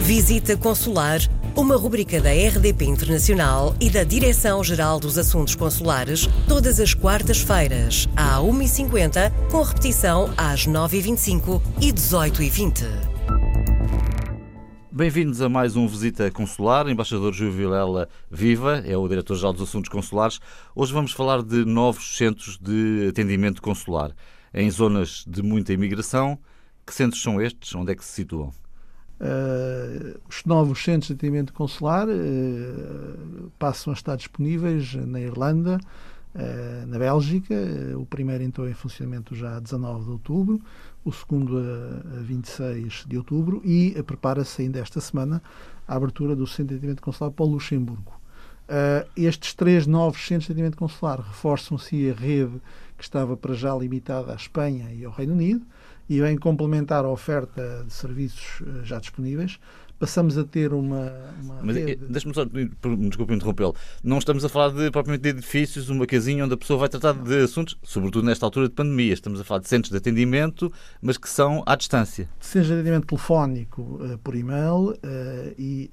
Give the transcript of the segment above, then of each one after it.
Visita Consular, uma rubrica da RDP Internacional e da Direção-Geral dos Assuntos Consulares, todas as quartas-feiras, à 1h50, com repetição às 9h25 e 18h20. Bem-vindos a mais um Visita Consular. O embaixador Gil Vilela Viva é o Diretor-Geral dos Assuntos Consulares. Hoje vamos falar de novos centros de atendimento consular em zonas de muita imigração. Que centros são estes? Onde é que se situam? Os novos centros de atendimento consular passam a estar disponíveis na Irlanda, na Bélgica. O primeiro entrou em funcionamento já a 19 de outubro, o segundo a 26 de outubro e prepara-se ainda esta semana a abertura do centro de atendimento consular para o Luxemburgo. Estes três novos centros de atendimento consular reforçam-se a rede que estava para já limitada à Espanha e ao Reino Unido e vem complementar a oferta de serviços já disponíveis. Passamos a ter uma Mas rede... deixe-me só, desculpe interrompê-lo, não estamos a falar propriamente de edifícios, uma casinha onde a pessoa vai tratar de assuntos, sobretudo nesta altura de pandemia. Estamos a falar de centros de atendimento, mas que são à distância. Centros de atendimento telefónico por e-mail e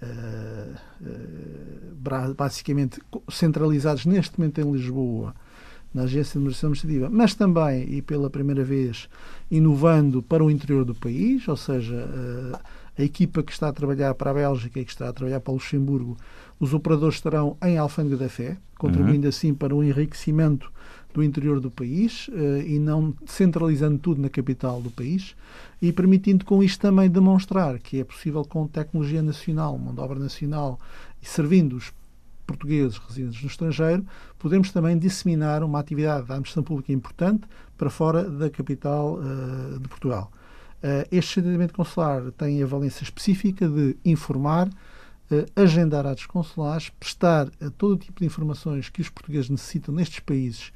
basicamente centralizados neste momento em Lisboa, na Agência de Administração Administrativa, mas também, e pela primeira vez, inovando para o interior do país, ou seja, a equipa que está a trabalhar para a Bélgica e que está a trabalhar para o Luxemburgo, os operadores estarão em Alfândega da Fé, contribuindo assim para o enriquecimento do interior do país e não centralizando tudo na capital do país e permitindo com isto também demonstrar que é possível com tecnologia nacional, mão de obra nacional e servindo os portugueses residentes no estrangeiro, podemos também disseminar uma atividade da administração pública importante para fora da capital de Portugal. Este atendimento consular tem a valência específica de informar, agendar atos consulares, prestar todo o tipo de informações que os portugueses necessitam nestes países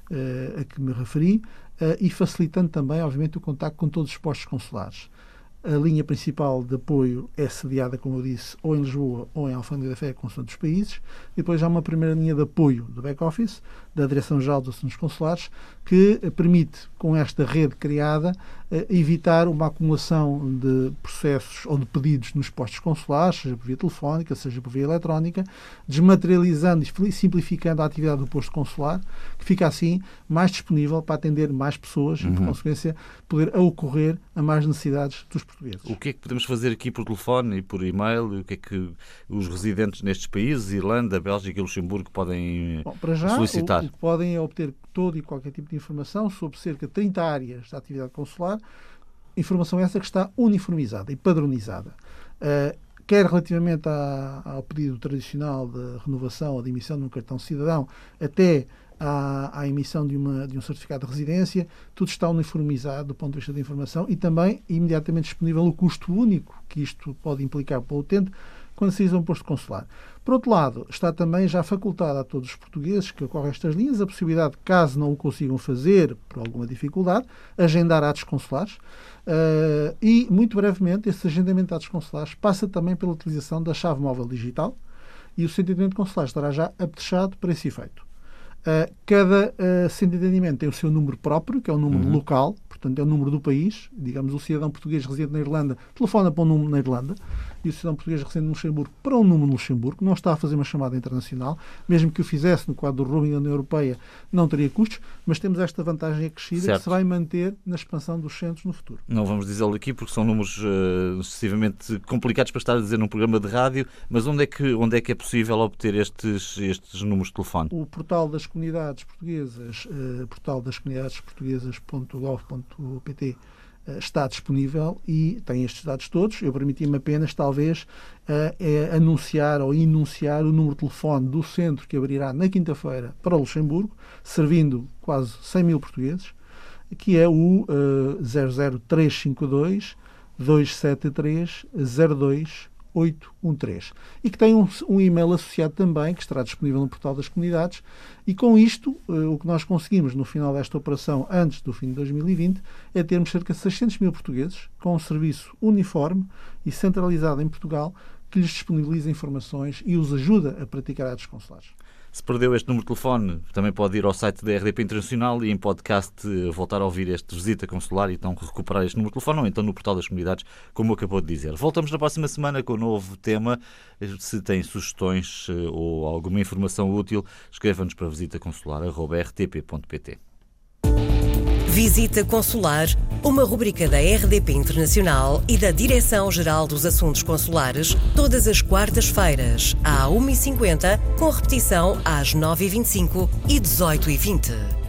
a que me referi e facilitando também, obviamente, o contacto com todos os postos consulares. A linha principal de apoio é sediada, como eu disse, ou em Lisboa ou em Alfândega da Fé, consoante dos países. E depois há uma primeira linha de apoio do back-office, da Direção-Geral dos Assuntos Consulares, que permite, com esta rede criada, evitar uma acumulação de processos ou de pedidos nos postos consulares, seja por via telefónica, seja por via eletrónica, desmaterializando e simplificando a atividade do posto consular, que fica assim mais disponível para atender mais pessoas e, por consequência, poder ocorrer a mais necessidades dos portugueses. O que é que podemos fazer aqui por telefone e por e-mail? O que é que os residentes nestes países, Irlanda, Bélgica e Luxemburgo, podem para já, solicitar? O que podem é obter todo e qualquer tipo de informação sobre cerca de 30 áreas da atividade consular, informação essa que está uniformizada e padronizada. Quer relativamente ao pedido tradicional de renovação ou de emissão de um cartão cidadão, até à emissão de um certificado de residência, tudo está uniformizado do ponto de vista da informação e também imediatamente disponível o custo único que isto pode implicar para o utente quando se usa um posto consular. Por outro lado, está também já facultada a todos os portugueses que ocorrem estas linhas a possibilidade, caso não o consigam fazer por alguma dificuldade, agendar atos consulares e, muito brevemente, esse agendamento de atos consulares passa também pela utilização da chave móvel digital e o centro de atendimento consular estará já apetrechado para esse efeito. Cada centro de atendimento tem o seu número próprio, que é o número local, portanto é o número do país. Digamos, o cidadão português residente na Irlanda telefona para um número na Irlanda e o cidadão português residente no Luxemburgo para um número no Luxemburgo. Não está a fazer uma chamada internacional, mesmo que o fizesse no quadro do roaming da União Europeia, não teria custos, mas temos esta vantagem acrescida que se vai manter na expansão dos centros no futuro. Não vamos dizê-lo aqui porque são números excessivamente complicados para estar a dizer num programa de rádio, mas onde é que é possível obter estes números de telefone? O portal das comunidades portuguesas, portaldascomunidades.gov.pt, está disponível e tem estes dados todos. Eu permiti-me apenas, talvez, anunciar ou enunciar o número de telefone do centro que abrirá na quinta-feira para o Luxemburgo, servindo quase 100 mil portugueses, que é o 00352 273 02813 e que tem um e-mail associado também, que estará disponível no portal das comunidades, e com isto o que nós conseguimos no final desta operação, antes do fim de 2020, é termos cerca de 600 mil portugueses com um serviço uniforme e centralizado em Portugal que lhes disponibiliza informações e os ajuda a praticar atos consulares. Se perdeu este número de telefone, também pode ir ao site da RDP Internacional e em podcast voltar a ouvir este Visita Consular e então recuperar este número de telefone ou então no portal das comunidades, como acabou de dizer. Voltamos na próxima semana com um novo tema. Se tem sugestões ou alguma informação útil, escreva-nos para visitaconsular@rtp.pt. Visita Consular, uma rubrica da RDP Internacional e da Direção-Geral dos Assuntos Consulares, todas as quartas-feiras, à 1h50, com repetição às 9h25 e 18h20.